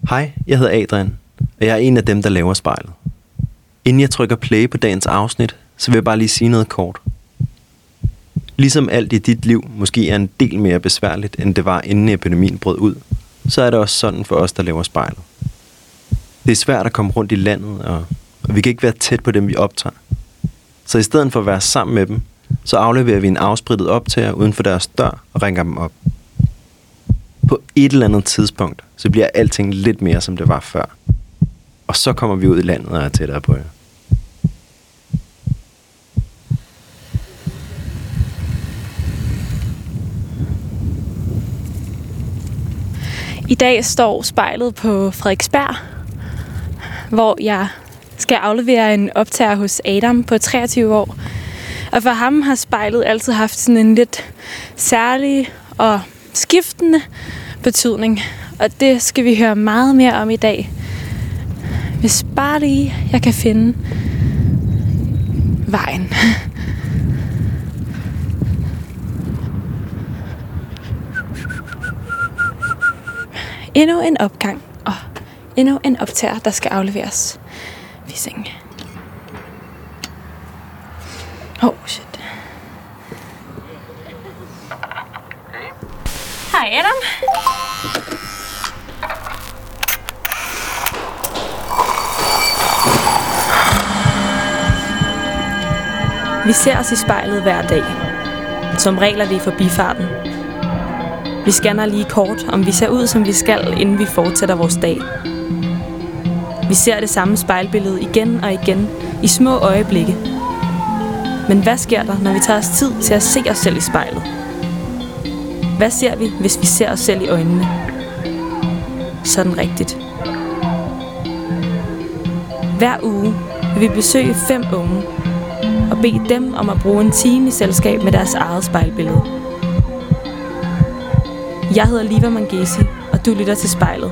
Hej, jeg hedder Adrian, og jeg er en af dem, der laver spejlet. Inden jeg trykker play på dagens afsnit, så vil jeg bare lige sige noget kort. Ligesom alt i dit liv måske er en del mere besværligt, end det var inden epidemien brød ud, så er det også sådan for os, der laver spejlet. Det er svært at komme rundt i landet, og vi kan ikke være tæt på dem, vi optager. Så i stedet for at være sammen med dem, så afleverer vi en afsprittet optager uden for deres dør og ringer dem op. På et eller andet tidspunkt, så bliver alting lidt mere, som det var før. Og så kommer vi ud i landet og er tættere på jer. I dag står spejlet på Frederiksberg, hvor jeg skal aflevere en optager hos Adam på 23 år. Og for ham har spejlet altid haft sådan en lidt særlig og skiftende betydning. Og det skal vi høre meget mere om i dag. Hvis bare lige jeg kan finde vejen. Endnu en opgang og endnu en optager, der skal afleveres. Vissing. Shit. Hej Adam. Vi ser os i spejlet hver dag. Som regel er det i forbifarten. Vi scanner lige kort, om vi ser ud, som vi skal, inden vi fortsætter vores dag. Vi ser det samme spejlbillede igen og igen, i små øjeblikke. Men hvad sker der, når vi tager os tid til at se os selv i spejlet? Hvad ser vi, hvis vi ser os selv i øjnene? Sådan rigtigt. Hver uge vil vi besøge 5 unge og bede dem om at bruge en time i selskab med deres eget spejlbillede. Jeg hedder Liva Mangesi, og du lytter til Spejlet.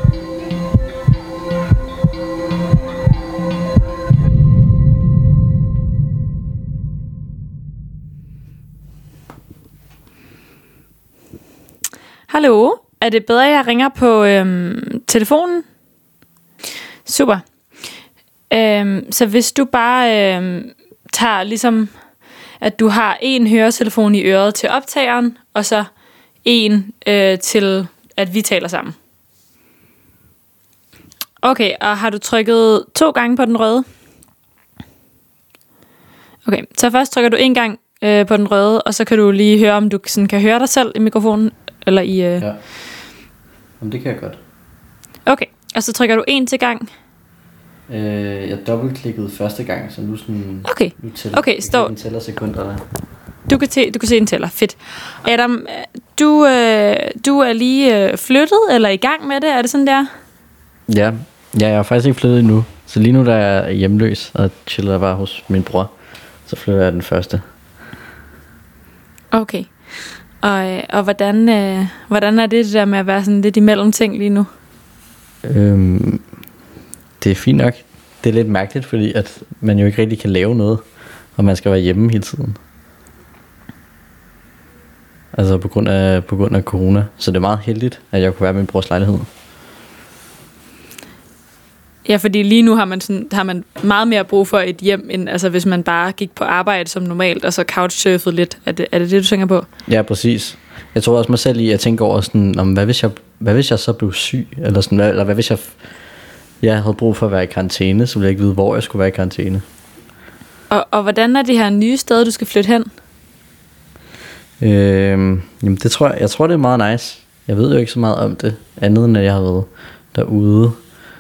Hallo, er det bedre, jeg ringer på telefonen? Super. Så hvis du bare tager ligesom, at du har en høretelefon i øret til optageren, og så en til, at vi taler sammen. Okay, og har du trykket 2 gange på den røde? Okay, så først trykker du 1 gang på den røde, og så kan du lige høre, om du sådan kan høre dig selv i mikrofonen, eller i... Ja, jamen, det kan jeg godt. Okay, og så trykker du 1 til gang. Jeg dobbeltklikkede første gang, så nu sådan... Okay, nu tæller, okay, stå. Den tæller sekunderne. Du kan se en tæller. Fedt. Adam, du er lige flyttet, eller i gang med det? Er det sådan der? Ja, jeg er faktisk ikke flyttet endnu. Så lige nu der er jeg hjemløs og chiller bare hos min bror. Så flytter jeg den første. Okay. Og hvordan er det der med at være sådan lidt imellem ting lige nu? Det er fint nok. Det er lidt mærkeligt, fordi at man jo ikke rigtig kan lave noget, og man skal være hjemme hele tiden. Altså på grund af corona. Så det er meget heldigt, at jeg kunne være i min brors lejlighed. Ja, fordi lige nu har man meget mere brug for et hjem, end altså hvis man bare gik på arbejde som normalt, og så couchsurfede lidt. Er det, du tænker på? Ja, præcis. Jeg tror også mig selv i at tænke over sådan, hvad hvis jeg så blev syg? Eller hvad hvis jeg havde brug for at være i karantæne, så ville jeg ikke vide, hvor jeg skulle være i karantæne. Og hvordan er det her nye sted, du skal flytte hen? Jamen det tror jeg tror det er meget nice. Jeg ved jo ikke så meget om det, andet end at jeg har været derude.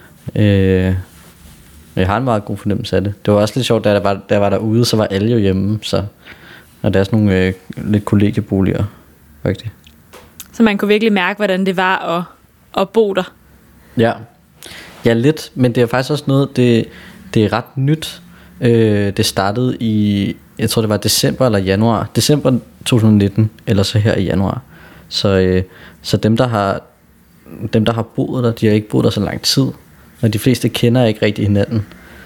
Jeg har en meget god fornemmelse af det. Det var også lidt sjovt, da jeg var derude, så var alle jo hjemme, så og der er sådan nogle lidt kollegieboliger faktisk. Så man kunne virkelig mærke, hvordan det var at bo der. Ja, lidt, men det er faktisk også noget, det er ret nyt. Det startede i, jeg tror det var december eller januar. December 2019, eller så her i januar. Så dem der har boet der, de har ikke boet der så lang tid. Og de fleste kender ikke rigtig hinanden.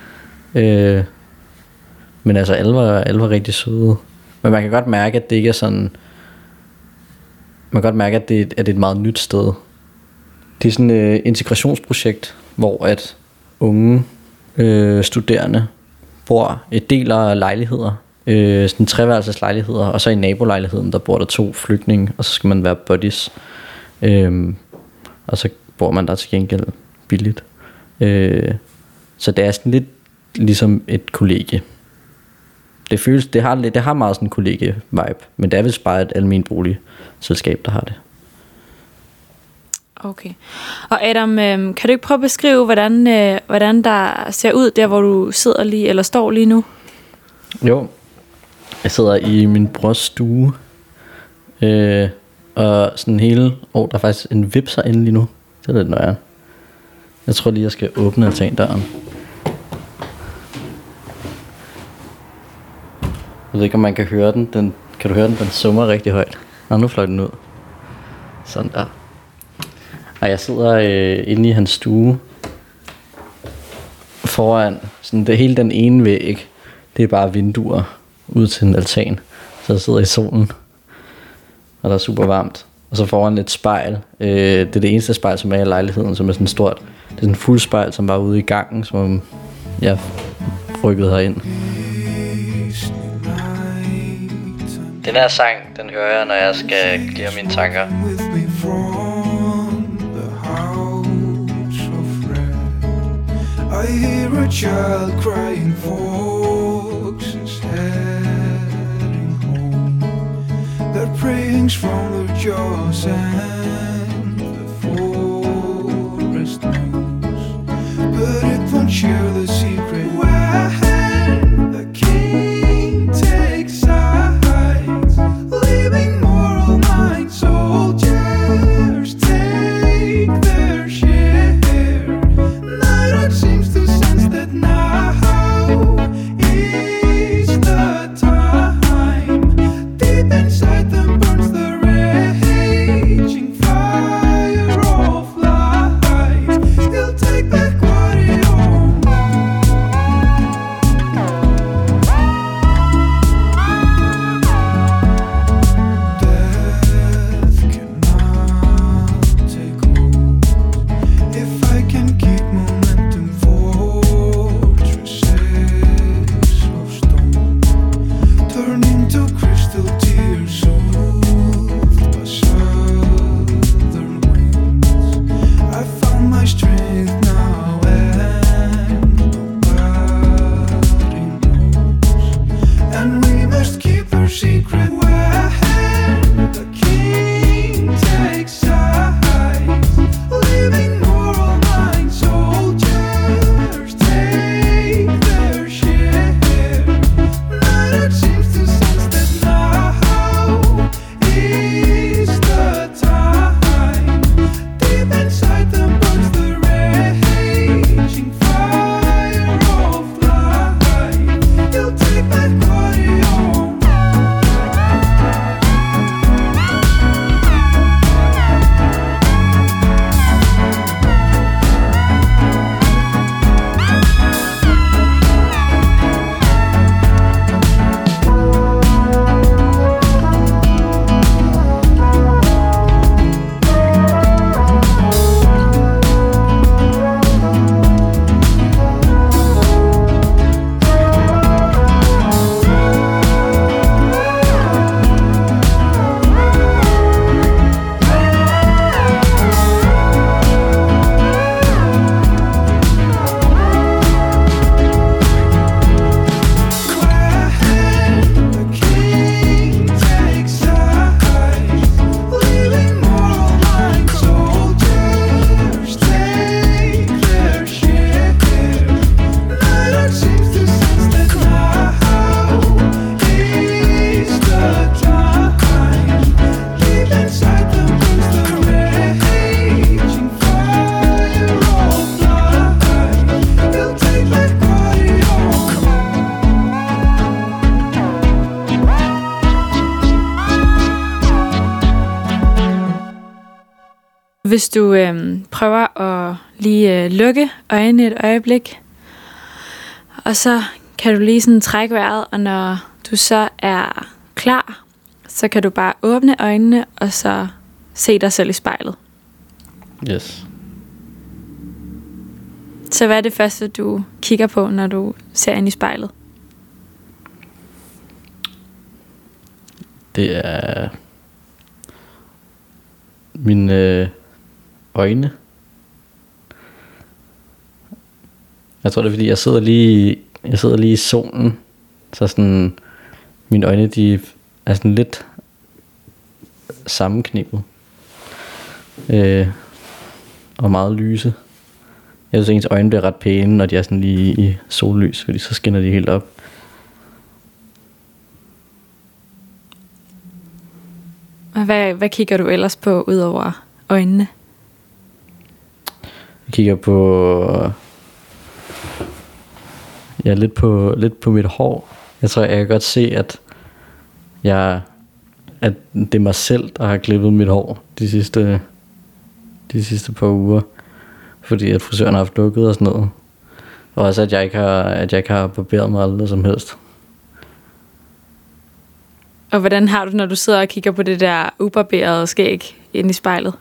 Men altså alle var rigtig søde. Men man kan godt mærke, at det ikke er sådan. Man kan godt mærke, at det er et meget nyt sted. Det er sådan et integrationsprojekt, hvor at unge studerende deler lejligheder, sådan 3-værelses lejligheder, og så i nabolejligheden, der bor der 2 flygtninge, og så skal man være buddies. Og så bor man der til gengæld billigt. Så det er sådan lidt ligesom et kollegie. Det har meget sådan en kollegie-vibe, men det er vist bare et almen boligselskab, der har det. Okay. Og Adam, kan du ikke prøve at beskrive, hvordan der ser ud der, hvor du sidder lige, eller står lige nu? Jo, jeg sidder i min brors stue, og sådan hele, der er faktisk en vipser inde lige nu. Det er lidt nøjere. Jeg tror lige, jeg skal åbne altandøren. Jeg ved ikke, om man kan høre den. Kan du høre den? Den summer rigtig højt. Nå, nu fløj den ud. Sådan der. Og jeg sidder inde i hans stue. Foran sådan hele den ene væg. Det er bare vinduer ud til en altan. Så jeg sidder i solen. Og der er super varmt. Og så foran et spejl. Det er det eneste spejl, som er i lejligheden, som er sådan stort. Det er sådan en fuld spejl, som var ude i gangen, som jeg rykkede herind. Den her sang, den hører jeg, når jeg skal give mine tanker. I hear a child crying, folks is heading home. Their prayings from their jaws and the forest knows, but it won't share the secret when the king takes sides, leaving moral minds. Soldiers take their share. Night seems to sense that now is the time. Deep inside them burns the raging fire of life. He'll take back what he owns. Death cannot take hold if I can keep momentum. Fortresses of stone turn into crystal tears, soothed by southern winds. I found my strength now and nobody knows. And we must keep our secret when the king takes sides, leaving moral minds. Soldiers take their share. Night seems to sense that now is the time. Deep inside them burns the raging fire of life. He'll take back what he owns. Hvis du prøver at lige lukke øjnene et øjeblik, og så kan du lige sådan trække vejret, og når du så er klar, så kan du bare åbne øjnene, og så se dig selv i spejlet. Yes. Så hvad er det første, du kigger på, når du ser ind i spejlet? Det er mine øjne. Jeg tror det er fordi jeg sidder lige i solen, så sådan mine øjne de er sådan lidt sammenknippet og meget lyse. Jeg synes ens øjne bliver ret pæne, når de er sådan lige i sollys, fordi så skinner de helt op. Og hvad kigger du ellers på ud over øjnene? Jeg kigger på lidt på mit hår. Jeg tror jeg kan godt se at det er mig selv der har klippet mit hår de sidste par uger, fordi at frisøren har haft lukket og sådan noget. Og også at jeg ikke har barberet mig eller som helst. Og hvordan har du, når du sidder og kigger på det der ubarberede skæg inde i spejlet?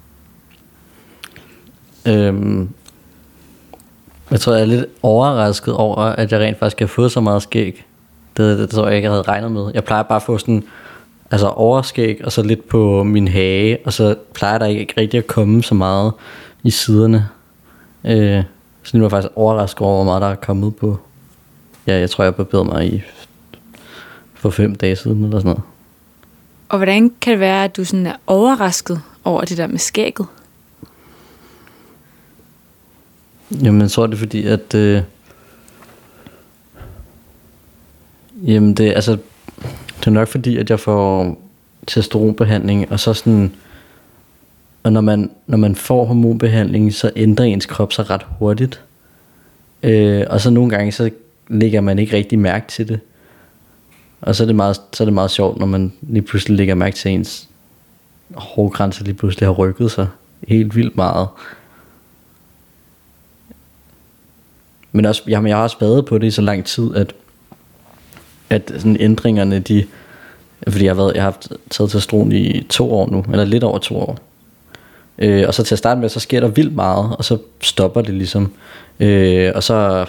Jeg tror, jeg er lidt overrasket over, at jeg rent faktisk kan få så meget skæg. Det tror jeg ikke, jeg havde regnet med. Jeg plejer bare at få sådan overskæg, og så lidt på min hage, og så plejer der ikke rigtig at komme så meget i siderne. Så nu var jeg faktisk overrasket over, hvor meget der er kommet på. Ja, jeg tror, jeg barberede mig for 5 dage siden, eller sådan noget. Og hvordan kan det være, at du sådan er overrasket over det der med skægget? Jamen, jeg tror, det er fordi, at det er nok fordi, at jeg får testosteronbehandling, og så sådan, og når man får hormonbehandling, så ændrer ens krop sig ret hurtigt. Og så nogle gange, så lægger man ikke rigtig mærke til det. Og så er det meget sjovt, når man lige pludselig lægger mærke til ens hårgrænse lige pludselig har rykket sig helt vildt meget. Men også, jeg har også været på det i så lang tid, at sådan ændringerne, fordi jeg har haft taget testosteron i 2 år nu, eller lidt over 2 år. Og så til at starte med, så sker der vildt meget, og så stopper det ligesom. Og så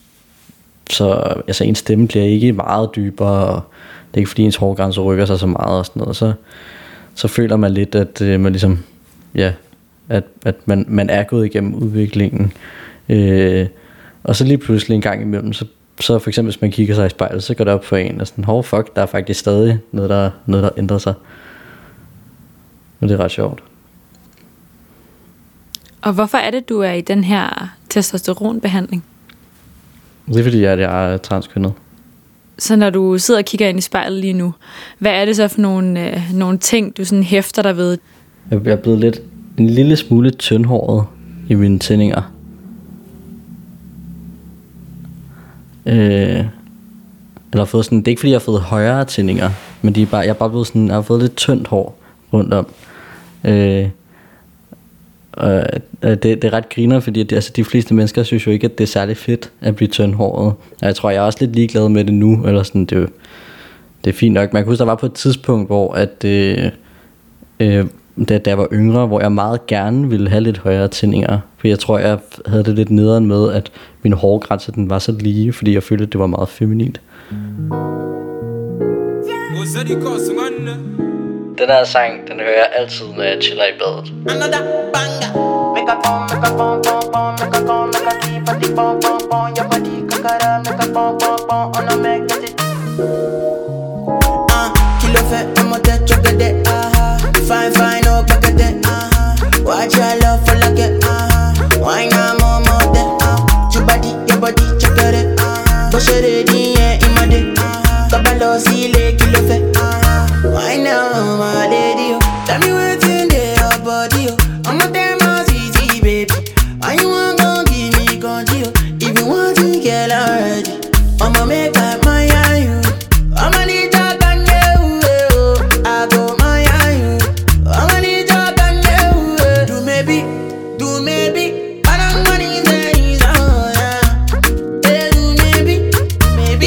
ens stemme bliver ikke meget dybere, og det er ikke fordi ens hårgrænse rykker sig så meget og sådan noget. Så føler man lidt, at man ligesom, ja, at man er gået igennem udviklingen. Og så lige pludselig en gang imellem, så for eksempel hvis man kigger sig i spejlet, så går det op for en, og sådan, fuck, der er faktisk stadig noget, der ændrer sig. Og det er ret sjovt. Og hvorfor er det, du er i den her testosteronbehandling? Det er fordi, jeg er transkønnet. Så når du sidder og kigger ind i spejlet lige nu, hvad er det så for nogle ting, du sådan hæfter dig ved? Jeg er blevet en lille smule tyndhåret i mine tændinger. Eller fået sådan, det er ikke fordi jeg har fået højere tændinger, men jeg er bare blevet sådan, jeg har fået lidt tyndt hår rundt om. Det er ret griner, fordi de fleste mennesker synes jo ikke, at det er særlig fedt at blive tyndhåret. Og jeg tror, jeg er også lidt ligeglad med det nu, eller sådan, det er fint nok. Man kan huske, der var på et tidspunkt, hvor da jeg var yngre, hvor jeg meget gerne ville have lidt højere tændinger. For jeg tror, jeg havde det lidt nederen med, at min hårgrænse den var så lige, fordi jeg følte, at det var meget feminint. Den her sang, den hører jeg altid, når jeg chiller i badet. Fine, no package, watch your love for like it, why not more there, your body, check it, push it in my day, kabalo sile kilo fe, why now my lady, tell me what's in your body, I'm a damn easy baby, why you want to give me control, if you want to get already, I'ma make up my you, I'ma need that. Maybe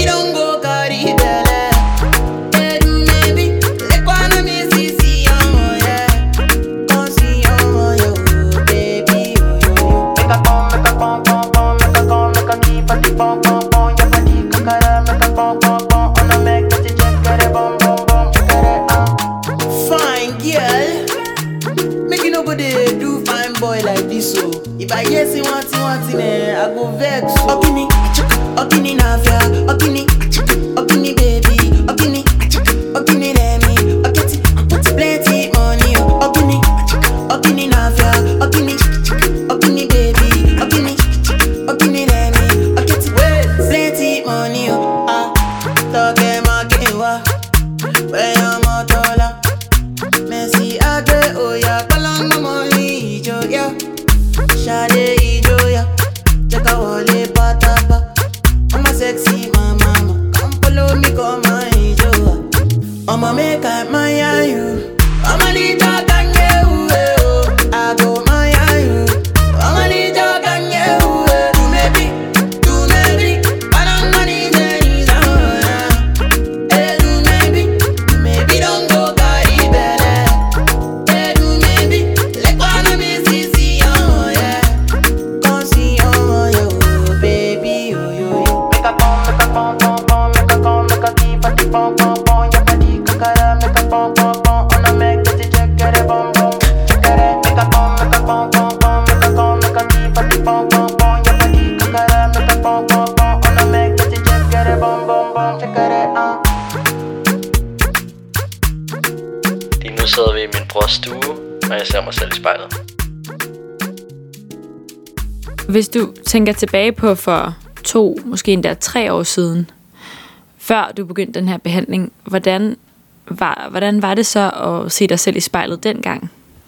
If I hear see one thing, I go vex. Okini nafia, okini baby, okini remi, oketi plenty money. Okini nafia, okini baby, okini remi, oketi plenty money. Toke makewa, where your motola, Messi age oya, kalanga money ijoya, shade ijoya, cheka wale patapa. I'm a sexy mama, come follow me, come on ijoya. I'ma make I admire you, I'ma need your kanye, I go admire you, I'ma need your kanye, do maybe, I don't know need any sound. Do maybe don't go carry belle. Do maybe, like wanna be CC, yeah. Come see, yo, baby, yo. Make a pom, make a keep a tip pom, your body kakara, make a pom, on a make the check get a bom, check it. Make a pom, make a keep a tip pom, your body kakara, make a pom, on a make the check get a bom, check it. Lige nu sidder vi i min brors stue, og jeg ser mig selv i spejlet. Hvis du tænker tilbage på for 2, måske endda 3 år siden, før du begyndte den her behandling, hvordan var det så at se dig selv i spejlet dengang?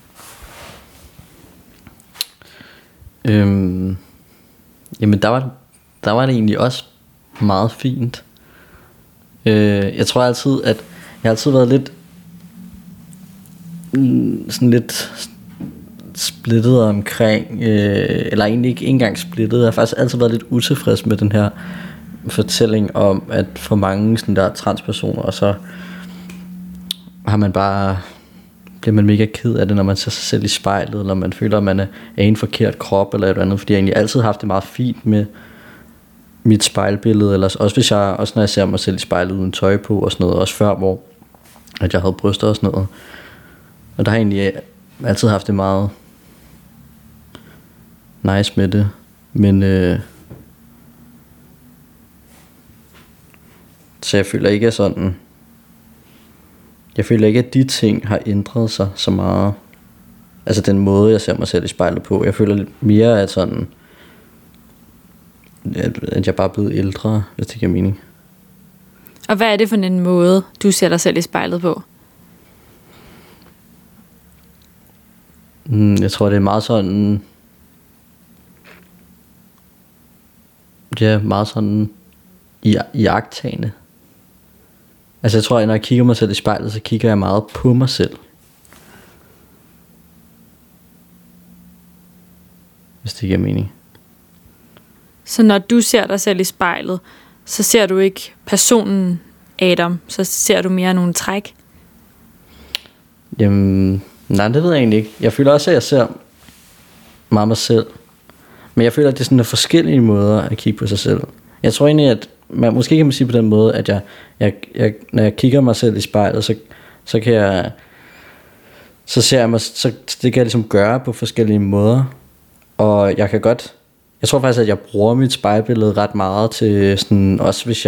Jamen der var det egentlig også meget fint. Jeg tror altid, at jeg har altid været lidt sådan lidt splittet omkring, eller egentlig ikke engang splittet. Jeg har faktisk altid været lidt utilfreds med den her fortælling om, at for mange sådan der transpersoner, og så har man bare, bliver man mega ked af det, når man ser sig selv i spejlet, eller man føler, at man er i en forkert krop, eller et eller andet, fordi jeg egentlig altid har haft det meget fint med mit spejlbillede, eller også når jeg ser mig selv i spejlet uden tøj på, og sådan noget, også før, hvor at jeg havde bryster og sådan noget. Og der har jeg egentlig altid haft det meget nice med det. Men så jeg føler ikke, at de ting har ændret sig så meget. Altså den måde jeg ser mig selv i spejlet på. Jeg føler lidt mere at sådan, at jeg bare er blevet ældre, hvis det giver mening. Og hvad er det for en måde du ser dig selv i spejlet på? Jeg tror det er meget sådan, meget sådan iagttagende. Altså jeg tror, at når jeg kigger mig selv i spejlet, så kigger jeg meget på mig selv. Hvis det giver mening. Så når du ser dig selv i spejlet, så ser du ikke personen Adam, så ser du mere nogle træk? Jamen, nej, det ved jeg egentlig ikke. Jeg føler også, at jeg ser meget mig selv. Men jeg føler, at det er sådan forskellige måder at kigge på sig selv. Jeg tror egentlig, at måske kan man sige på den måde, at jeg når jeg kigger mig selv i spejlet, så kan jeg, så ser jeg mig, så det kan jeg ligesom gøre på forskellige måder. Og jeg tror faktisk, at jeg bruger mit spejlbillede ret meget til sådan, også hvis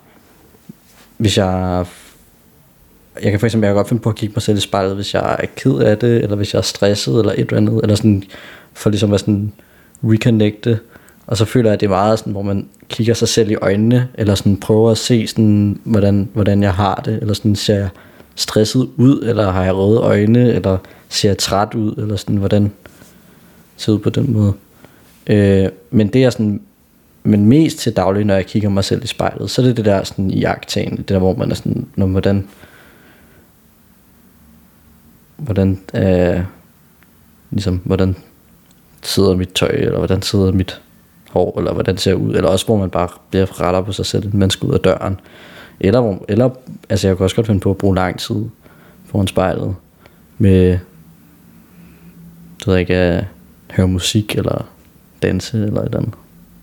jeg kan for eksempel, jeg kan godt finde på at kigge mig selv i spejlet, hvis jeg er ked af det, eller hvis jeg er stresset, eller et eller andet, eller sådan, for ligesom at sådan reconnecte. Og så føler jeg, at det er meget sådan, hvor man kigger sig selv i øjnene, eller sådan prøver at se sådan, hvordan jeg har det, eller sådan, ser jeg stresset ud, eller har jeg røde øjne, eller ser jeg træt ud, eller sådan, hvordan ser ud på den måde. Men det er sådan, men mest til daglig, når jeg kigger mig selv i spejlet, så er det der sådan iagttagende, det der, hvor man er sådan, hvordan sidder mit tøj, eller hvordan sidder mit hår, eller hvordan det ser ud, eller også hvor man bare bliver retter på sig selv, inden man skal ud af døren, eller altså jeg kan også godt finde på at bruge lang tid foran spejlet med, det ved jeg ikke, at høre musik, eller danse, eller et eller andet.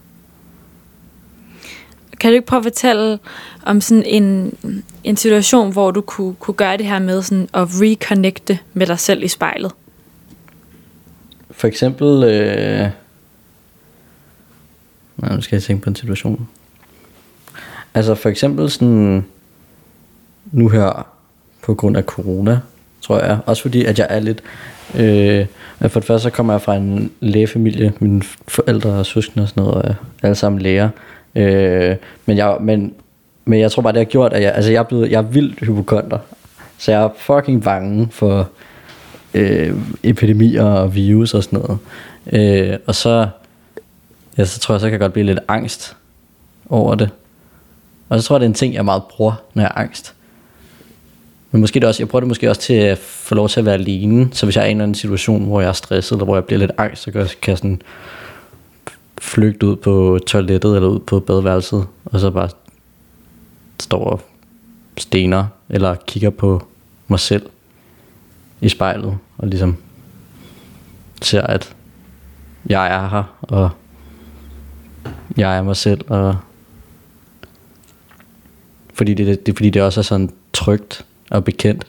Kan du ikke prøve at fortælle om sådan en situation, hvor du kunne gøre det her med sådan at reconnecte med dig selv i spejlet? For eksempel, Nu skal jeg tænke på en situation. Altså for eksempel sådan, nu her, på grund af corona, tror jeg, også fordi at jeg er lidt, for det første så kommer jeg fra en lægefamilie, mine forældre og søskende og sådan noget, og alle sammen læger, men jeg tror bare det har gjort, at jeg er vildt hypokonder, så jeg er fucking bange for epidemier og virus og sådan noget, og så tror jeg så kan jeg godt blive lidt angst over det, og så tror jeg det er en ting jeg meget bruger, når jeg er angst. Men måske det også, jeg bruger det måske også til at få lov til at være alene. Så hvis jeg er i en eller anden situation, hvor jeg er stresset, eller hvor jeg bliver lidt angst, så kan jeg sådan flygte ud på toilettet, eller ud på badeværelset, og så bare står og stener, eller kigger på mig selv i spejlet, og ligesom ser, at jeg er her, og jeg er mig selv, og fordi det også er sådan trygt og bekendt,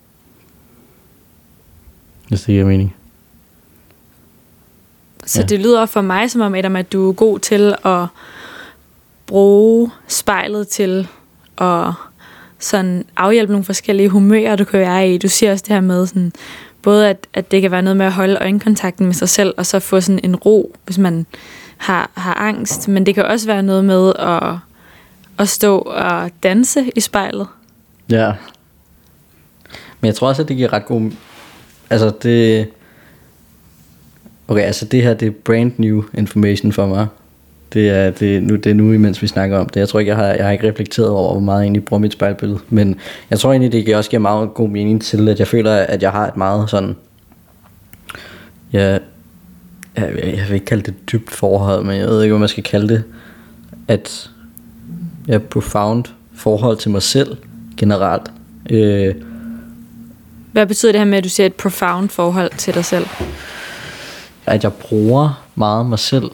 hvis det giver mening. Så det lyder for mig som om, Adam, at du er god til at bruge spejlet til at sådan afhjælpe nogle forskellige humører, du kan være i. Du siger også det her med sådan, både at det kan være noget med at holde øjenkontakten med sig selv, og så få sådan en ro, hvis man har angst. Men det kan også være noget med at stå og danse i spejlet. Ja. Men jeg tror også, at det giver ret god... Altså det... Okay, altså det her, det er brand new information for mig. Det er nu, imens vi snakker om det. Jeg tror ikke, jeg har ikke reflekteret over, hvor meget jeg egentlig bruger mit spejlbillede. Men jeg tror egentlig, det også giver meget god mening til, at jeg føler, at jeg har et meget sådan... Jeg vil ikke kalde det dybt forhold, men jeg ved ikke, hvad man skal kalde det. At jeg profound forhold til mig selv generelt. Hvad betyder det her med, at du siger et profound forhold til dig selv? At jeg bruger meget mig selv.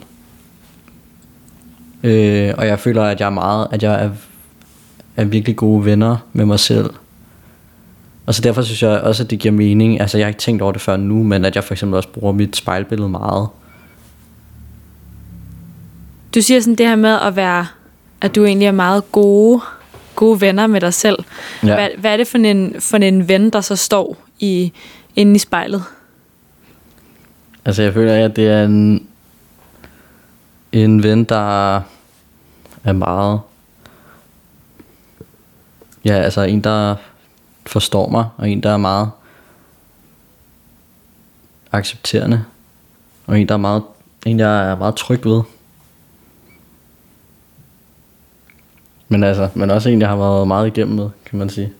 Og jeg føler, at jeg er virkelig gode venner med mig selv. Og så derfor synes jeg også, at det giver mening. Altså jeg har ikke tænkt over det før nu, men at jeg for eksempel også bruger mit spejlbillede meget. Du siger sådan det her med at du egentlig er meget gode venner med dig selv. Ja. Hvad er det for en ven, der så står inde i spejlet? Altså jeg føler, at det er en ven, der er meget... Ja, altså en, der forstår mig, og en, der er meget accepterende, og en, jeg er meget tryg ved. Men også en, jeg har været meget igennem med, kan man sige.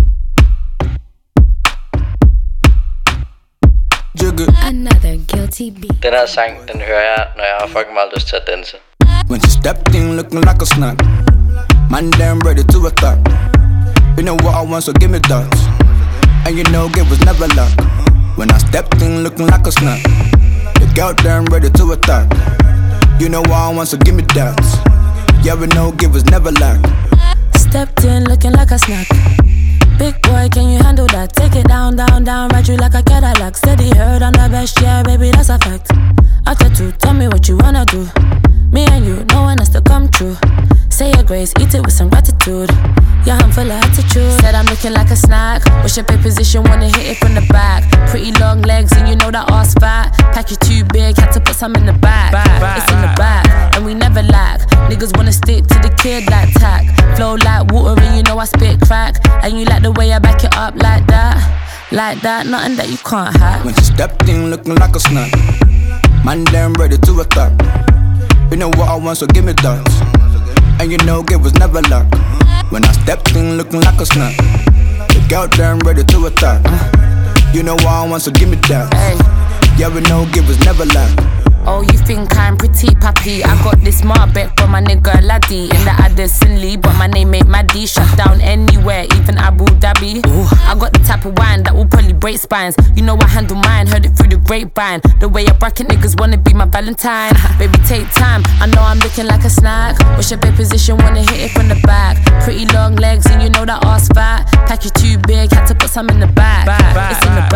Den her sang, den hører jeg, når jeg har fucking meget lyst til at danse. When she stepped in looking like a snack, man damn ready to attack. You know what I want, so give me that. And you know it was never luck. When I stepped in looking like a snack, the girl damn ready to attack. You know what I want, so give me that. Yeah, we know it was never luck. Stepped in looking like a snack. Big boy, can you handle that? Take it down, down, down, ride you like a Cadillac. Steady heard on the best, yeah, baby, that's a fact. After two, tell me what you wanna do. Me and you, no one has to come true. Say your grace, eat it with some gratitude. Yeah, I'm full of attitude. Said I'm looking like a snack. Wish up in position, wanna hit it from the back. Pretty long legs, and you know that ass fat. Pack you too big, had to put some in the back. It's in the back, and we never lack. Niggas wanna stick to the kid like tack. Flow like water, and you know I spit crack. And you like the way I back it up like that. Like that, nothing that you can't hack. When she stepped in looking like a snack, man damn ready to attack. You know what I want, so give me that. And you know it was never luck. When I stepped in looking like a snack, the girl damn ready to attack. You know what I want, so give me that. Yeah, we know it was never luck. Oh, you think I'm pretty pappy? I got this Marbeck from my nigga Laddie in the Addison Lee, but my name ain't Maddie. Shut down anywhere, even Abu Dhabi. I got the type of wine that will probably break spines. You know I handle mine, heard it through the grapevine. The way I bracket niggas wanna be my Valentine. Baby, take time, I know I'm looking like a snack. Wish your big position, wanna hit it from the back. Pretty long legs, and you know that ass fat. Pack you too big, had to put some in the back. It's in the back,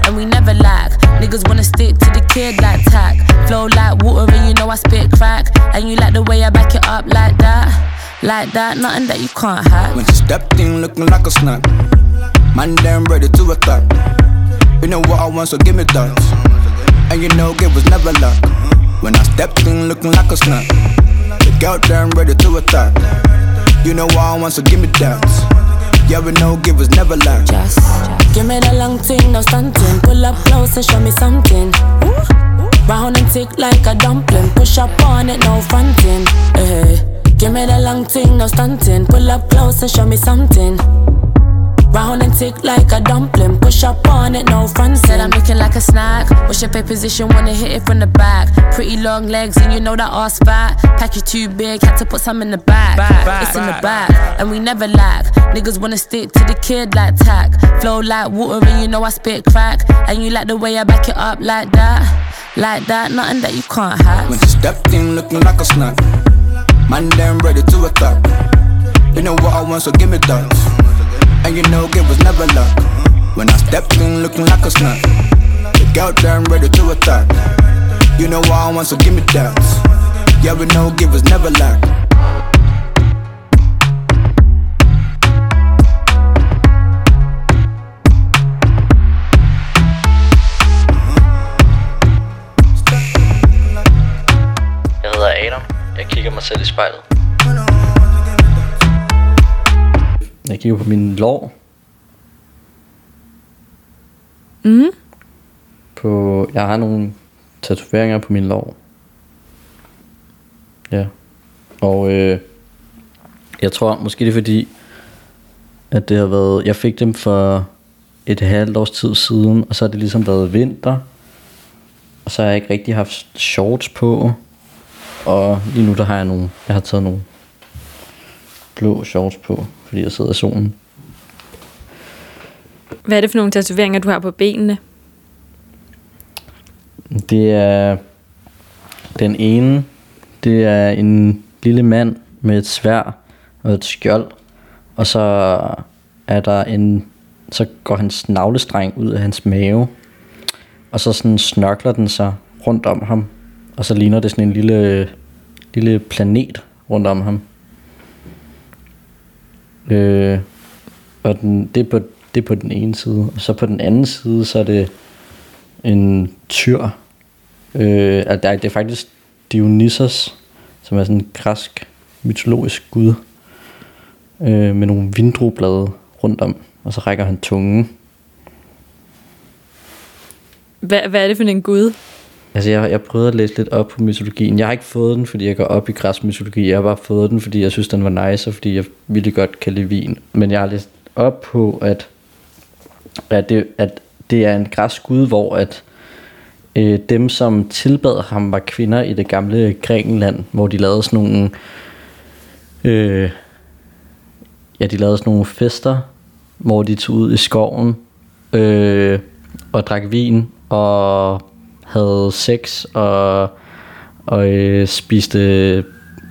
and we never lack. Niggas wanna stick to the kid like tack. Flow like water and you know I spit crack. And you like the way I back it up like that. Like that, nothing that you can't hack. When she stepped in looking like a snack, man damn ready to attack. You know what I want, so give me that. And you know it was never luck. When I stepped in looking like a snack, the girl damn ready to attack. You know what I want, so give me that. Yeah, we know it was never luck. Just give me the long thing, no stunting. Pull up close and show me something. Round and tick like a dumpling. Push up on it, no fronting. Give me the long thing, no stunting. Pull up close and show me something. Round and tick like a dumpling. Push up on it, no front. Said I'm looking like a snack. What's your pay position? Wanna hit it from the back. Pretty long legs and you know that ass fat. Pack you too big, had to put some in the back. It's in the back, and we never lack. Niggas wanna stick to the kid like tack. Flow like water and you know I spit crack. And you like the way I back it up like that. Like that, nothing that you can't hack. When she stepped in looking like a snack, man damn ready to attack. You know what I want, so give me that. And you know it was never luck. When I stepped in looking like a snack, the girl damn ready to attack. You know what I want, so give me that. Yeah, we know it was never luck. Jeg hedder Adam. Jeg kigger mig selv i spejlet. Jeg kigger på min lår. Jeg har nogle tatoveringer på min lår. Ja. Og jeg tror måske det er fordi at det har været, jeg fik dem for et halvt års tid siden, og så har det ligesom været vinter, og så har jeg ikke rigtig haft shorts på. Og lige nu der har jeg har taget nogle blå shorts på, fordi jeg sidder i solen. Hvad er det for nogle tatoveringer, du har på benene? Det er den ene. Det er en lille mand med et sværd og et skjold. Og så er der så går hans navlestreng ud af hans mave. Og så sådan snørkler den sig rundt om ham. Og så ligner det sådan en lille planet rundt om ham. Og det er på den ene side. Og så på den anden side, så er det en tyr. Det er faktisk Dionysos, som er sådan en græsk mytologisk gud, med nogle vindrueblade rundt om, og så rækker han tungen. Hvad er det for en gud? Altså jeg prøvede at læse lidt op på mytologien. Jeg har ikke fået den, fordi jeg går op i græsk mytologi. Jeg har bare fået den, fordi jeg synes den var nice, og fordi jeg virkelig godt kan lide vin. Men jeg har læst op på, at det er en græsk gud, hvor at dem som tilbad ham var kvinder i det gamle Grækenland, hvor de lavede sådan nogle de lavede sådan nogle fester, hvor de tog ud i skoven og drak vin og havde sex og spiste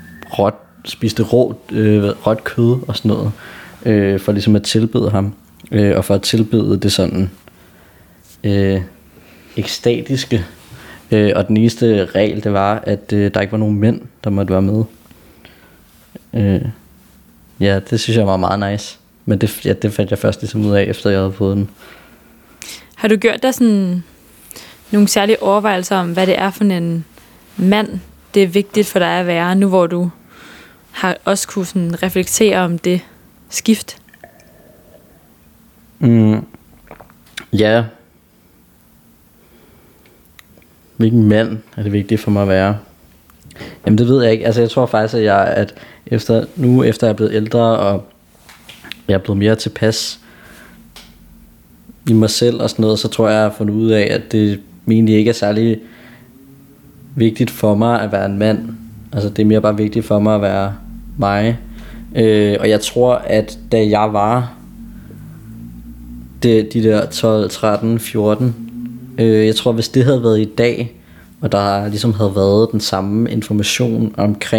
råt kød og sådan noget, for ligesom at tilbede ham, og for at tilbede det sådan ekstatiske. Og den eneste regel, det var, at der ikke var nogen mænd, der måtte være med. Ja, det synes jeg var meget nice. Men det fandt jeg først ligesom ud af, efter jeg havde fået den. Har du gjort dig sådan nogle særlige overvejelser om, hvad det er for en mand, det er vigtigt for dig at være, nu hvor du har også kunne sådan reflektere om det skift? Ja. Hvilken mand er det vigtigt for mig at være? Jamen det ved jeg ikke. Altså jeg tror faktisk, at efter jeg er blevet ældre, og jeg er blevet mere tilpas i mig selv og sådan noget, så tror jeg, jeg har fundet ud af, at det egentlig ikke er særlig vigtigt for mig at være en mand. Altså det er mere bare vigtigt for mig at være mig. Og jeg tror, at da jeg var de der 12, 13, 14, jeg tror, hvis det havde været i dag, og der ligesom havde været den samme information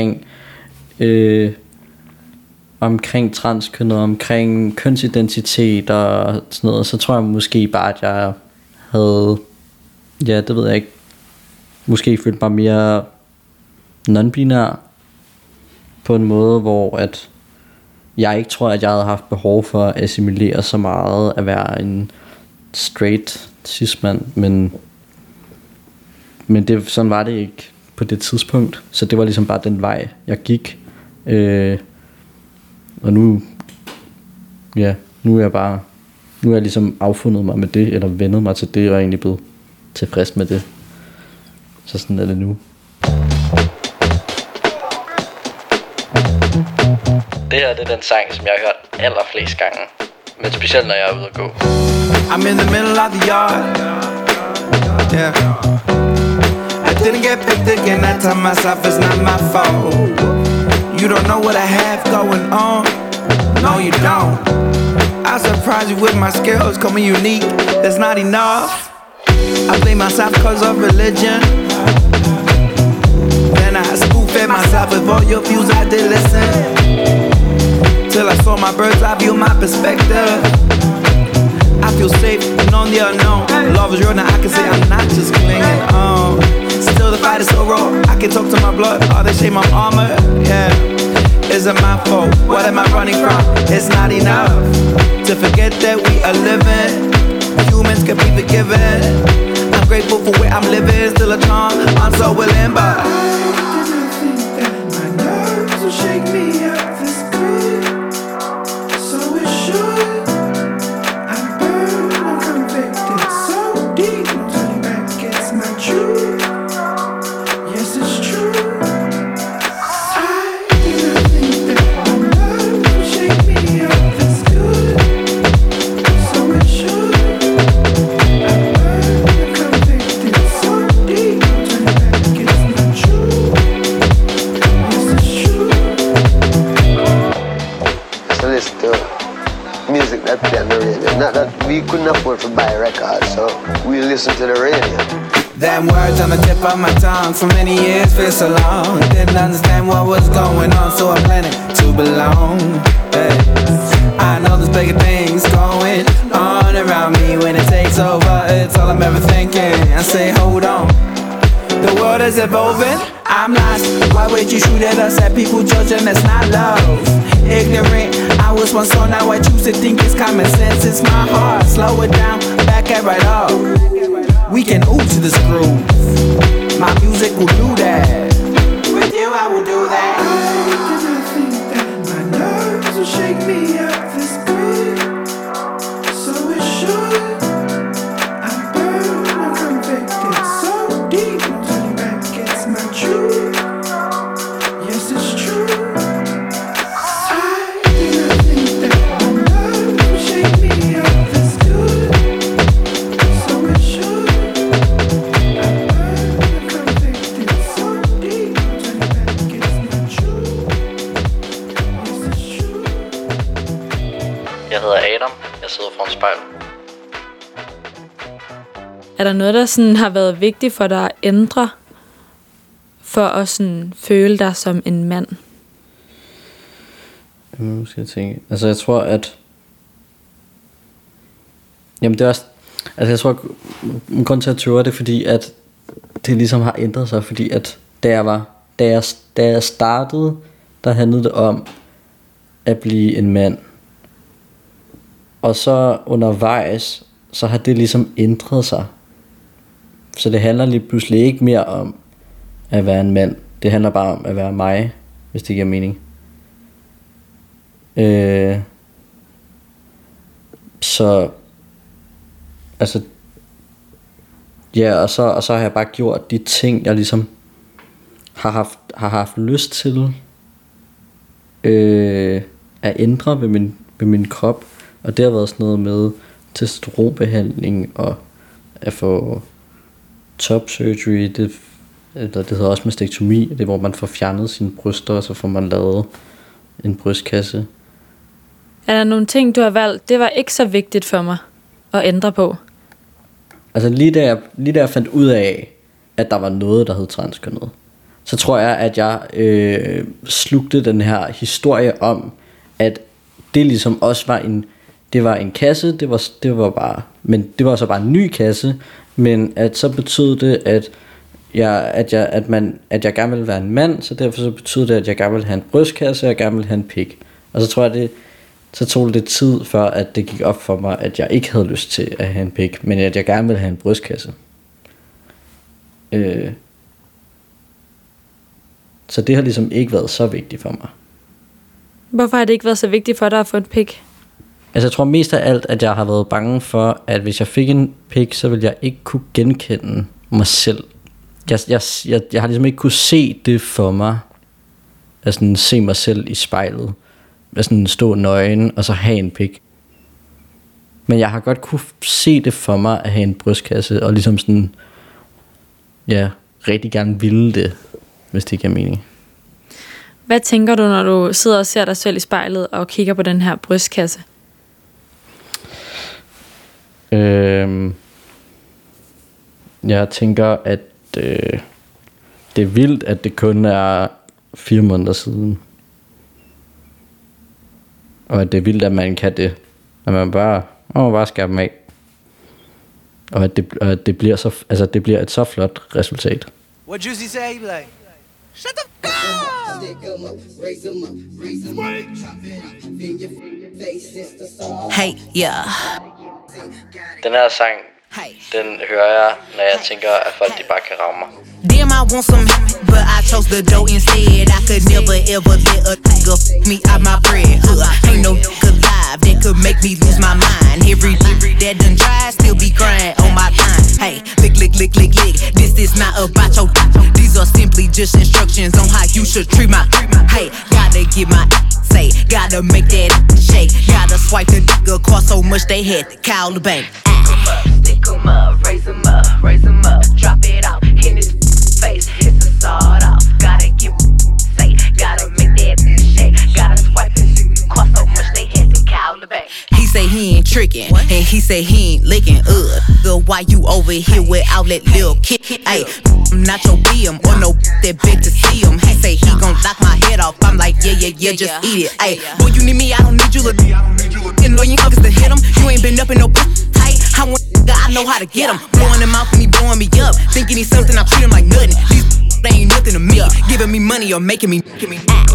omkring transkønnet, omkring kønsidentitet og sådan noget, så tror jeg måske bare, at jeg havde, ja, det ved jeg ikke, måske følt mig mere non-binær på en måde, hvor at jeg ikke tror, at jeg havde haft behov for at assimilere så meget at være en straight cis-mand, men det, sådan var det ikke på det tidspunkt, så det var ligesom bare den vej, jeg gik, og nu er jeg ligesom affundet mig med det, eller vendet mig til det, og egentlig blevet tilfreds med det, så sådan er det nu. Det her, det er den sang, som jeg har hørt allerflest gange, men specielt når jeg er ude at gå. I'm in the middle of the yard. Yeah. I didn't get picked again. I tell myself it's not my fault. You don't know what I have going on. No, you don't. I surprise you with my skills, call me unique. That's not enough. I blame myself cause of religion. Then I spoon-fed myself with all your views. I did listen till I saw my bird's eye view, my perspective. I feel safe and on the unknown. Love is real now, I can say I'm not just clinging on. Still the fight is so raw, I can talk to my blood. Oh, they say my armor, yeah. Is it my fault? What am I running from? It's not enough to forget that we are living. Humans can be forgiven. I'm grateful for where I'm living. Still a charm, I'm so willing, but I didn't think that my nerves would shake me up this good. So it should. I'm burned, I'm convicted. So deep, no turning back, it's my truth. Yes, it's true. I didn't think that my nerves would shake me up this good. So it should. I'm burned, I'm convicted. So deep, no turning back, it's my truth. Yes, it's true. So listen to music that play on the radio. Not that we couldn't afford to buy records, so we listen to the radio. Them words on the tip of my tongue for many years feel so long. Didn't understand what was going on, so I'm planning to belong. Hey. I know there's bigger things going on around me. When it takes over, it's all I'm ever thinking. I say, hold on, the world is evolving. I'm lost. Why would you shoot at us? At people judging, that's not love. Ignorant, I was once so now I choose to think it's common sense. It's my heart, slow it down, back it right up. We can ooh to this groove. My music will do that. With you I will do that. I didn't think that my nerves would shake me up this good. So it should. I'm burned, I'm convicted. So deep, no turning back, it's my truth. Yes, it's true. I didn't think that my nerves would shake me up this good. So it should. I'm burned, I'm convicted. So deep, no turning back, it's my truth. Yes, it's true. Jeg hedder Adam, jeg sidder foran spejl. Er der noget, der sådan har været vigtigt for dig at ændre, for at sådan føle dig som en mand? Nu skal jeg tænke. Altså jeg tror at jamen det er også, altså jeg tror en grund til at tøve det, fordi at det ligesom har ændret sig, fordi at da jeg startede, der handlede det om at blive en mand, og så undervejs så har det ligesom ændret sig, så det handler lige pludselig ikke mere om at være en mand, det handler bare om at være mig, hvis det giver mening. Så altså ja, og så har jeg bare gjort de ting jeg ligesom har haft lyst til at ændre ved min krop, og det har været sådan noget med testosteronbehandling og at få top surgery, det hedder også mastektomi, det er hvor man får fjernet sine bryster, og så får man lavet en brystkasse. Er der nogle ting, du har valgt, det var ikke så vigtigt for mig at ændre på? Altså lige da jeg fandt ud af, at der var noget, der hed transkønnet, så tror jeg, at jeg slugte den her historie om, at det ligesom også var det var en kasse, det var bare, men det var så bare en ny kasse, men at så betød det, at jeg gerne ville være en mand, så derfor så betød det, at jeg gerne ville have en brystkasse, og jeg gerne ville have en pik. Og så tror jeg, så tog det lidt tid, før at det gik op for mig, at jeg ikke havde lyst til at have en pik, men at jeg gerne ville have en brystkasse. Så det har ligesom ikke været så vigtigt for mig. Hvorfor har det ikke været så vigtigt for dig at få en pik? Altså jeg tror mest af alt, at jeg har været bange for, at hvis jeg fik en pik, så ville jeg ikke kunne genkende mig selv. Jeg har ligesom ikke kunne se det for mig. At sådan se mig selv i spejlet. At sådan stå nøgen og så have en pik. Men jeg har godt kunne se det for mig at have en brystkasse. Og ligesom sådan, ja, rigtig gerne ville det, hvis det giver mening. Hvad tænker du, når du sidder og ser dig selv i spejlet og kigger på den her brystkasse? Jeg tænker, at det er vildt, at det kun er 4 måneder siden. Og at det er vildt, at man kan det. At man bare skærer dem af. Og at det bliver så, altså det bliver et så flot resultat. What Juicy say? He be like, shut the fuck up! Hey, yeah. Den her sang, den hører jeg, når jeg tænker, at folk de bare kan ramme mig. Damn, I want some, but I chose the dough instead. I could never ever let a nigga f me out my bread. Ain't no nigga alive that could make me lose my mind. Every that done tried still be crying on my time. Hey, lick, lick, lick, lick, lick. This is not about your. These are simply just instructions on how you should treat my. Hey, gotta get my say, gotta make that shake. Gotta swipe the nigga cost so much they had to call the bank. Stick 'em up, raise 'em up, raise 'em up, drop it out, in his face, hit the sawed off. Gotta get say, gotta make that shake, gotta swipe it, cost so much they had to call the bank. He say he ain't tricking, and he say he ain't licking. Girl, why you over here without that little kick? Ay, I'm not your BM or no that big to see him. He say he gon' knock my head off. I'm like, yeah, just eat it. Ay, boy, you need me, I don't need you. Annoying niggas to hit him. You ain't been up in no tight. I want I know how to get him. Blowing him out and he blowing me up. Thinking he's something, I treat him like nothing. These they ain't nothing to me. Giving me money or making me. Stick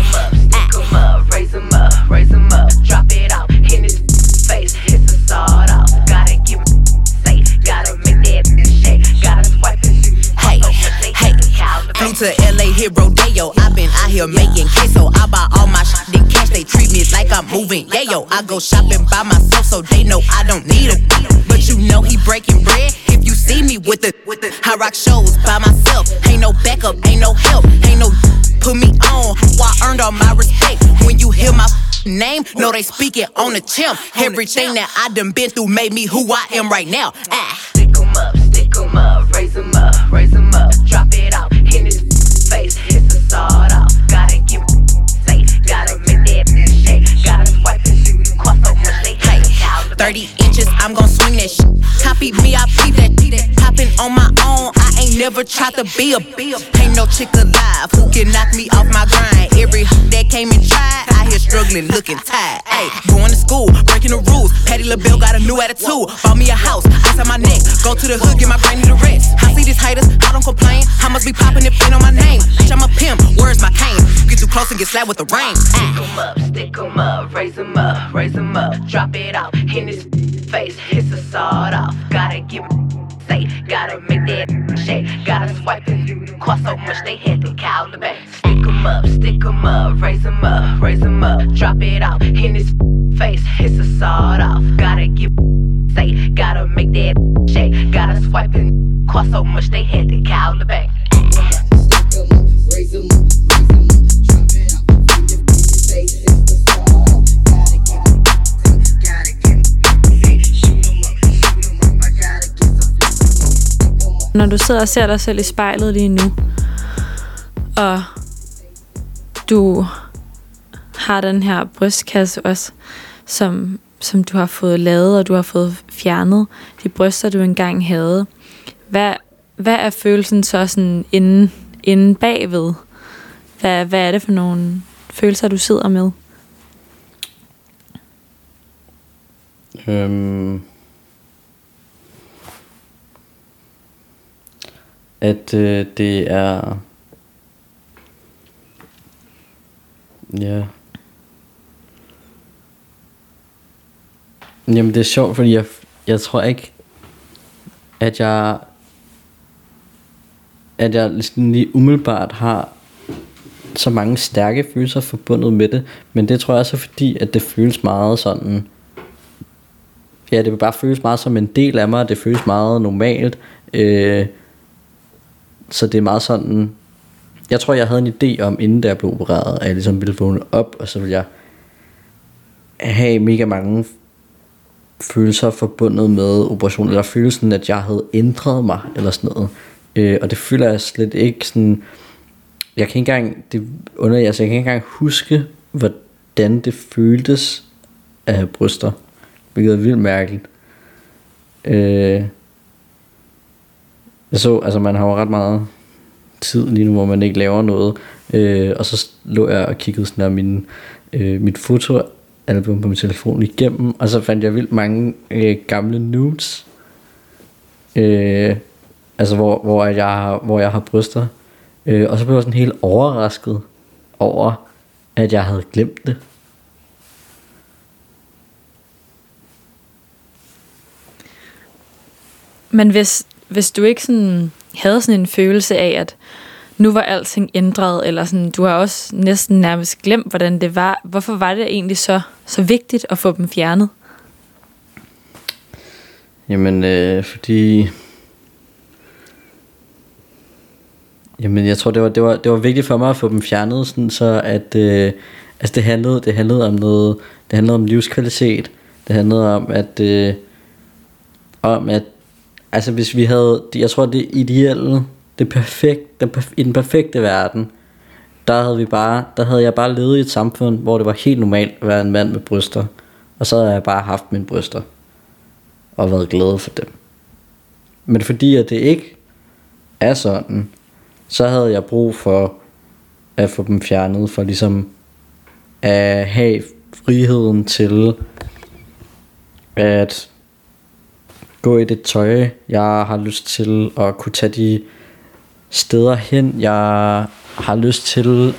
'em up, raise 'em up, raise 'em up, drop it out, in his face, hit the sawed off. Gotta give say, gotta make that shake, gotta swipe it. Hey, flew to LA, hit Rodeo. I been out here making queso. I buy all my shit in cash. They treat me like I'm moving. Yeah, yo, I go shopping by myself, so they know I don't need 'em. But you know he breaking bread. If you see me with the I rock shows by myself. Ain't no backup, ain't no help, ain't no put me on. I earned all my respect. When you hear my name, know they speak it on the chimp. Everything that I done been through made me who I am right now. Stick 'em up, raise 'em up, raise 'em up, drop it out, in his face, hit the sawed off. Gotta give say, gotta make that shake, gotta swipe it, cost so much they hate. 30 inches, I'm gon' swing that shit. Copy me, I peep that. Popping on my own, I ain't never tried to be a. Ain't no chick alive who can knock me off my grind. Every that came and tried, I here struggling, looking tired. Ay, going to school, breaking the rules. Patty LaBelle got a new attitude. Bought me a house, ice on my neck. Go to the hood, get my granny the rest. I see these haters, I don't complain. I must be popping if ain't on my name. Bitch, I'm a pimp, where's my cane? Get too close and get slapped with the rain. Stick 'em up, raise 'em up, raise 'em up, drop it out, in his face, hits a sawed off. Gotta give say, gotta make that shake, gotta swipe it, cost so much they had to call the bank. Stick 'em up, raise 'em up, raise 'em up, drop it out, in his face, hits a sawed off. Gotta give say, gotta make that shake, gotta swipe it, cost so much they had to call the bank. Raise 'em up, drop it out, in your face, hits the sawed off. Gotta give Når du sidder og ser dig selv i spejlet lige nu, og du har den her brystkasse også, som du har fået lavet, og du har fået fjernet de bryster, du engang havde. Hvad er følelsen så sådan inden bagved? Hvad er det for nogle følelser, du sidder med? At det er... Ja. Jamen det er sjovt, fordi jeg tror ikke, at jeg lige umiddelbart har så mange stærke følelser forbundet med det. Men det tror jeg også er fordi, at det føles meget sådan... Ja, det vil bare føles meget som en del af mig. Det føles meget normalt. Så det er meget sådan... Jeg tror, jeg havde en idé om, inden jeg blev opereret, at jeg ligesom ville vågne op, og så ville jeg have mega mange følelser forbundet med operationen, eller følelsen, at jeg havde ændret mig, eller sådan noget. Og det føler jeg slet ikke sådan... Jeg kan ikke engang... jeg kan ikke engang huske, hvordan det føltes at have bryster. Hvilket er vildt mærkeligt. Jeg så, altså man har jo ret meget tid lige nu, hvor man ikke laver noget. Og så lå jeg og kiggede sådan der mit fotoalbum på min telefon igennem, og så fandt jeg vildt mange gamle nudes. Altså hvor jeg har bryster. Og så blev jeg sådan helt overrasket over, at jeg havde glemt det. Men hvis du ikke sådan havde sådan en følelse af, at nu var alting ændret, eller sådan, du har også næsten nærmest glemt, hvordan det var. Hvorfor var det egentlig så vigtigt at få dem fjernet? Jamen, fordi... Jamen, jeg tror, det var vigtigt for mig at få dem fjernet, sådan så at... altså, det handlede om noget... Det handlede om livskvalitet. Det handlede om, at altså hvis vi havde, jeg tror det ideelle, i den perfekte verden, der havde jeg bare levet i et samfund, hvor det var helt normalt at være en mand med bryster, og så havde jeg bare haft mine bryster og været glad for dem. Men fordi at det ikke er sådan, så havde jeg brug for at få dem fjernet, for ligesom at have friheden til at gå i det tøj, jeg har lyst til, at kunne tage de steder hen, jeg har lyst til.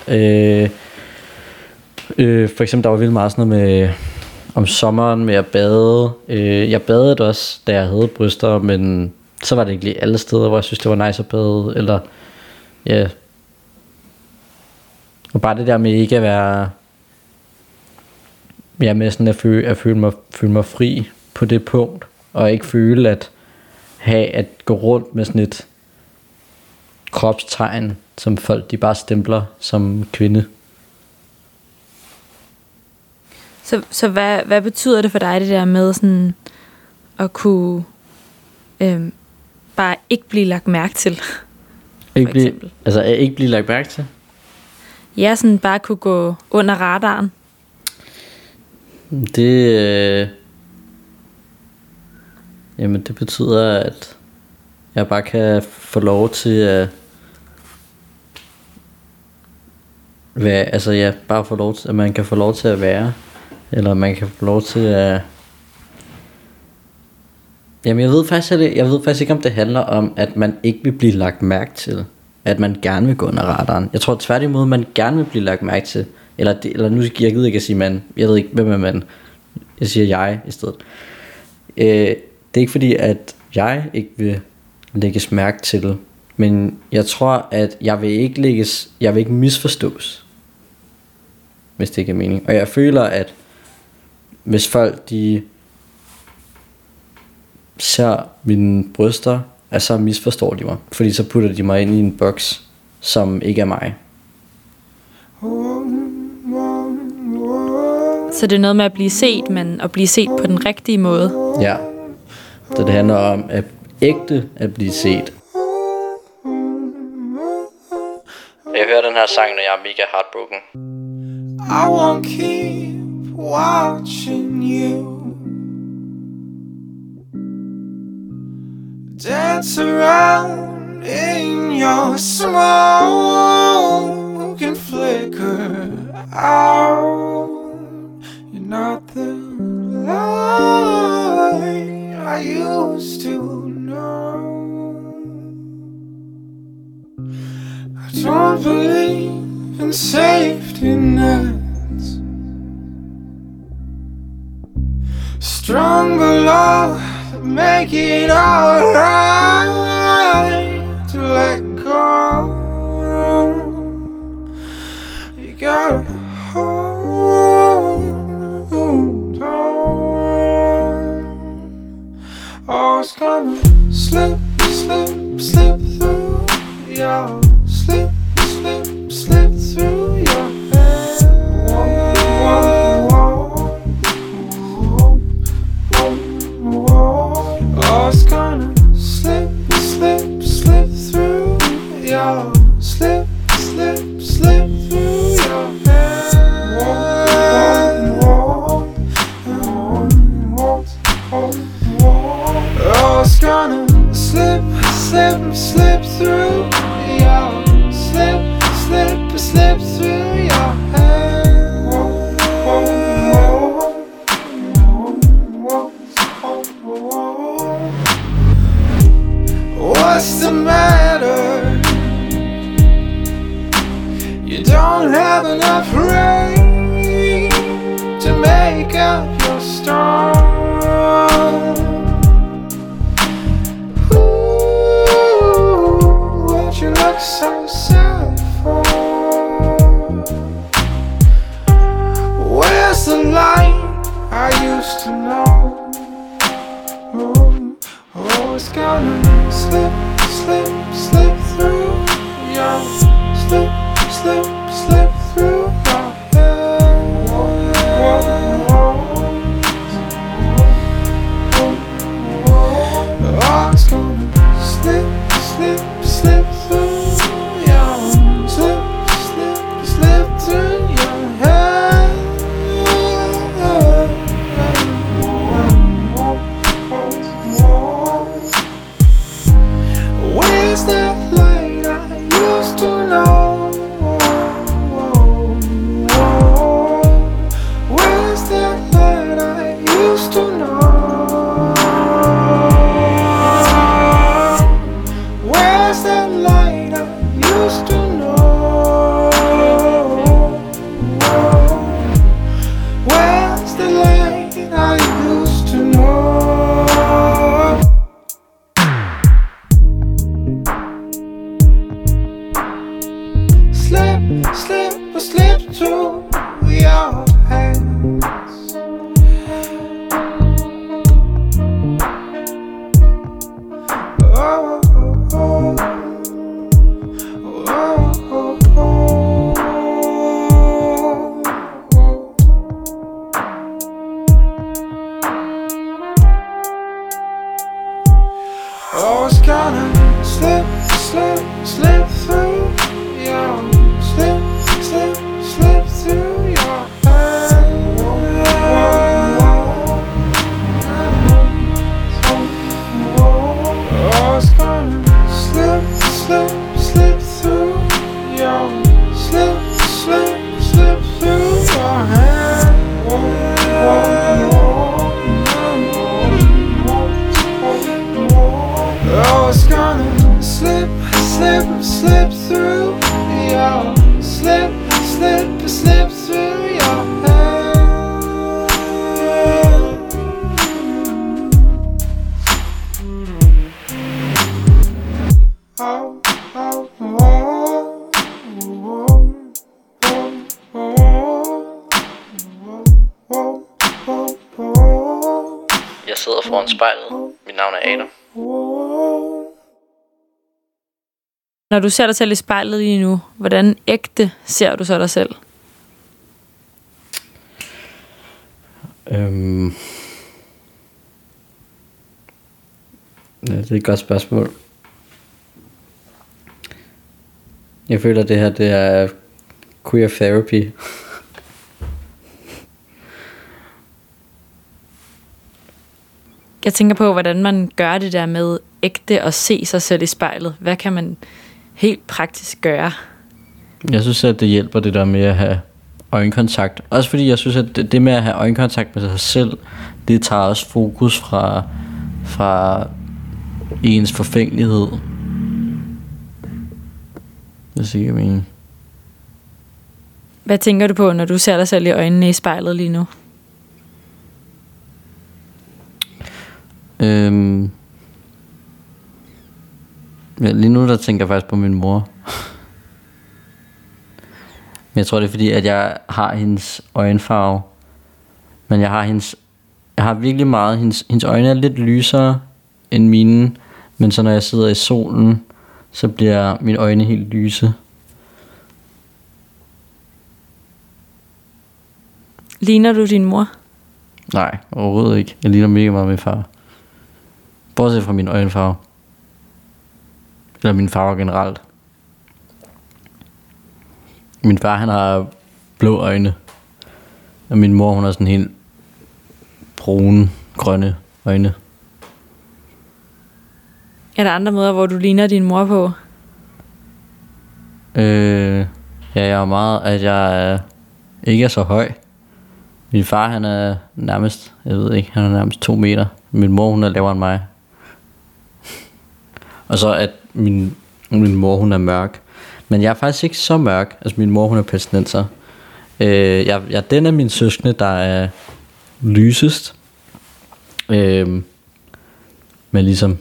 For eksempel, der var vildt meget sådan noget med om sommeren med at bade. Jeg badede også, da jeg havde bryster, men så var det ikke lige alle steder, hvor jeg synes, det var nice at bade. Eller, ja. Og bare det der med ikke at være... Ja, med sådan at føle mig fri på det punkt. Og ikke føle at gå rundt med sådan et kropstegn, som folk de bare stempler som kvinde. Så hvad betyder det for dig, det der med sådan at kunne bare ikke blive lagt mærke til? Ikke blive lagt mærke til? Ja, sådan bare kunne gå under radaren. Jamen det betyder, at jeg bare kan få lov til at være, altså ja, bare få lov til, at man kan få lov til at være, eller man kan få lov til at... Jamen jeg ved faktisk ikke, om det handler om, at man ikke vil blive lagt mærke til, at man gerne vil gå under radaren. Jeg tror tværtimod, man gerne vil blive lagt mærke til, eller nu jeg gider ikke at sige man, jeg ved ikke, hvem er man, jeg siger jeg i stedet. Det er ikke fordi, at jeg ikke vil lægges mærke til, men jeg tror, at jeg vil ikke misforstås, hvis det ikke er mening. Og jeg føler, at hvis folk de ser mine bryster, så misforstår de mig, fordi så putter de mig ind i en boks, som ikke er mig. Så det er noget med at blive set, men at blive set på den rigtige måde. Ja. Så det handler om at blive set. Jeg hører den her sang, når jeg er mega heartbroken. I won't keep watching you dance around in your smoke and flicker out. You're not the love used to know. I don't believe in safety nets. Stronger love to make it alright. To let go, you gotta hold on. Oh, it's gonna slip, slip, slip through your slip, slip, slip through your head. Oh, it's gonna slip, slip, slip through your slip, slip, slip through your head. Oh, it's gonna slip, slip, slip through your slip, slip, slip through your head. What's the matter? You don't have enough rain to make up your storm. Ooh, what you look so sad for? Where's the light I used to know? Oh, it's gonna slip, slip, slip through your slip, slip, slip through your head. Oh, it's gonna slip, slip, slip through your slip, slip, slip through your head. Where's that light I used to know? Where's that light I used to know? Where's that light I used to know? Where's the light I used to know? Slip, slip, slip through your hands. Oh, oh, oh, oh, oh, it's gonna slip, slip, slip through your slip, slip, slip through your head. Oh, it's gonna slip, slip, slip through your slip, slip, slip through your head. Oh, it's gonna slip, slip, slip through your slip, slip, slip through your head. Oh, oh, oh, Jeg sidder foran spejlet. Mit navn er Adam. Når du ser dig selv i spejlet lige nu, hvordan ægte ser du så dig selv? Ja, det er et godt spørgsmål. Jeg føler, at det her det er queer therapy. Jeg tænker på, hvordan man gør det der med ægte at se sig selv i spejlet. Hvad kan man helt praktisk gøre? Jeg synes, at det hjælper det der med at have øjenkontakt. Også fordi jeg synes, at det med at have øjenkontakt med sig selv, det tager også fokus fra fra ens forfængelighed. Det siger jeg. Hvad tænker du på, når du ser dig selv i øjnene i spejlet lige nu? Ja, lige nu der tænker jeg faktisk på min mor. Men jeg tror det er fordi at jeg har hendes øjenfarve. Men jeg har virkelig meget hendes øjne er lidt lysere end mine. Men så når jeg sidder i solen, så bliver mine øjne helt lyse. Ligner du din mor? Nej, overhovedet ikke. Jeg ligner mega meget min far. Bortset fra min øjenfarve. Eller min farve generelt. Min far han har blå øjne. Og min mor hun har sådan helt brune, grønne øjne. Er der andre måder, hvor du ligner din mor på? Ja, jeg er meget, at jeg ikke er så høj. Min far han er nærmest, jeg ved ikke, han er nærmest 2 meter. Min mor hun er lavere end mig. Og så at min mor hun er mørk. Men jeg er faktisk ikke så mørk. Altså min mor hun er palæstinenser. Jeg er den af mine søskende der er lysest. Men ligesom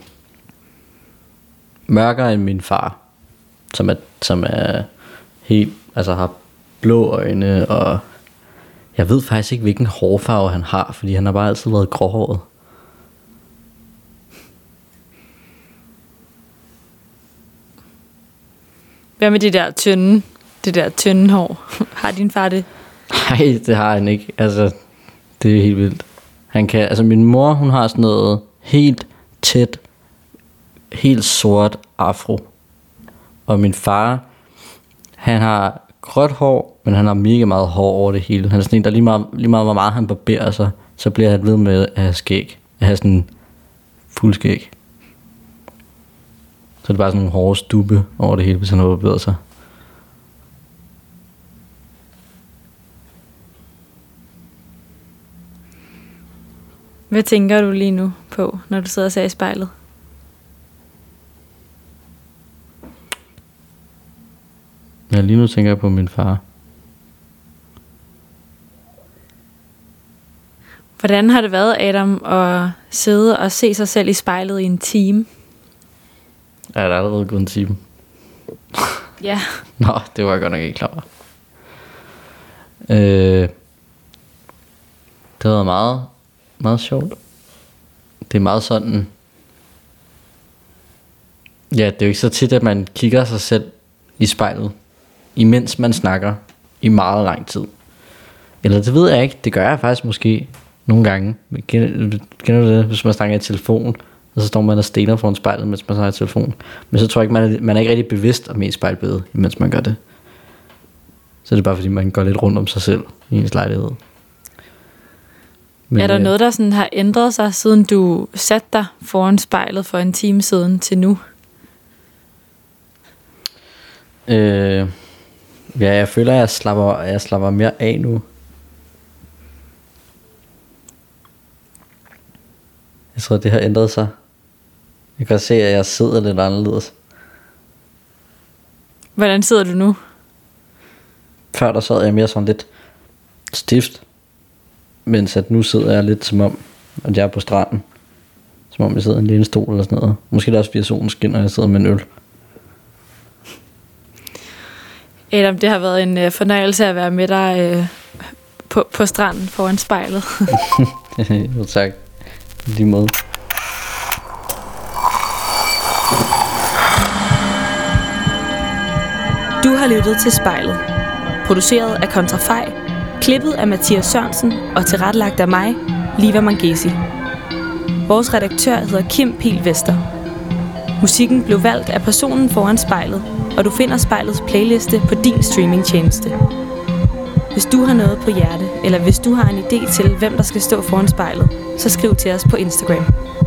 mørkere end min far, som er helt, altså har blå øjne, og jeg ved faktisk ikke hvilken hårfarve han har, fordi han har bare altid været gråhåret. Hvad med det der tynde hår? Har din far det? Nej, det har han ikke. Altså, det er helt vildt. Han kan, altså min mor, hun har sådan noget helt tæt, helt sort afro. Og min far, han har gråt hår, men han har mega meget hår over det hele. Han er sådan en, der lige meget hvor meget han barberer sig, så bliver han ved med at have skæg. At have sådan fuld skæg. Så det er bare sådan nogle hårde stubbe over det hele, hvis han har barberet sig. Hvad tænker du lige nu på, når du sidder og ser i spejlet? Ja, lige nu tænker jeg på min far. Hvordan har det været, Adam, at sidde og se sig selv i spejlet i en time? Ja, der er allerede gået en time. Ja. Nå, det var jeg godt nok ikke klar over. Det har været meget, meget sjovt. Det er meget sådan... Ja, det er jo ikke så tit, at man kigger sig selv i spejlet, imens man snakker i meget lang tid. Eller det ved jeg ikke. Det gør jeg faktisk måske nogle gange. Kender du det, hvis man snakker i telefon, og så står man og stener foran spejlet, mens man snakker i telefon. Men så tror jeg ikke, man er ikke rigtig bevidst om ens spejlbillede, imens man gør det. Så det er bare fordi, man går lidt rundt om sig selv i ens lejlighed. Men, er der noget, der sådan har ændret sig, siden du satte dig foran spejlet for en time siden til nu? Ja, jeg føler, at jeg slapper mere af nu. Jeg tror, det har ændret sig. Jeg kan se, at jeg sidder lidt anderledes. Hvordan sidder du nu? Før der sad jeg mere sådan lidt stift, mens at nu sidder jeg lidt som om, at jeg er på stranden. Som om jeg sidder i en lille stol eller sådan noget. Måske det også fordi solen skinner, og jeg sidder med en øl. Adam, det har været en fornøjelse at være med dig på stranden foran spejlet. Jo, tak. I lige måde. Du har lyttet til Spejlet. Produceret af Kontrafej, klippet af Mathias Sørensen og tilrettelagt af mig, Liva Mangesi. Vores redaktør hedder Kim Pihl Vester. Musikken blev valgt af personen foran spejlet, og du finder spejlets playliste på din streamingtjeneste. Hvis du har noget på hjerte, eller hvis du har en idé til, hvem der skal stå foran spejlet, så skriv til os på Instagram.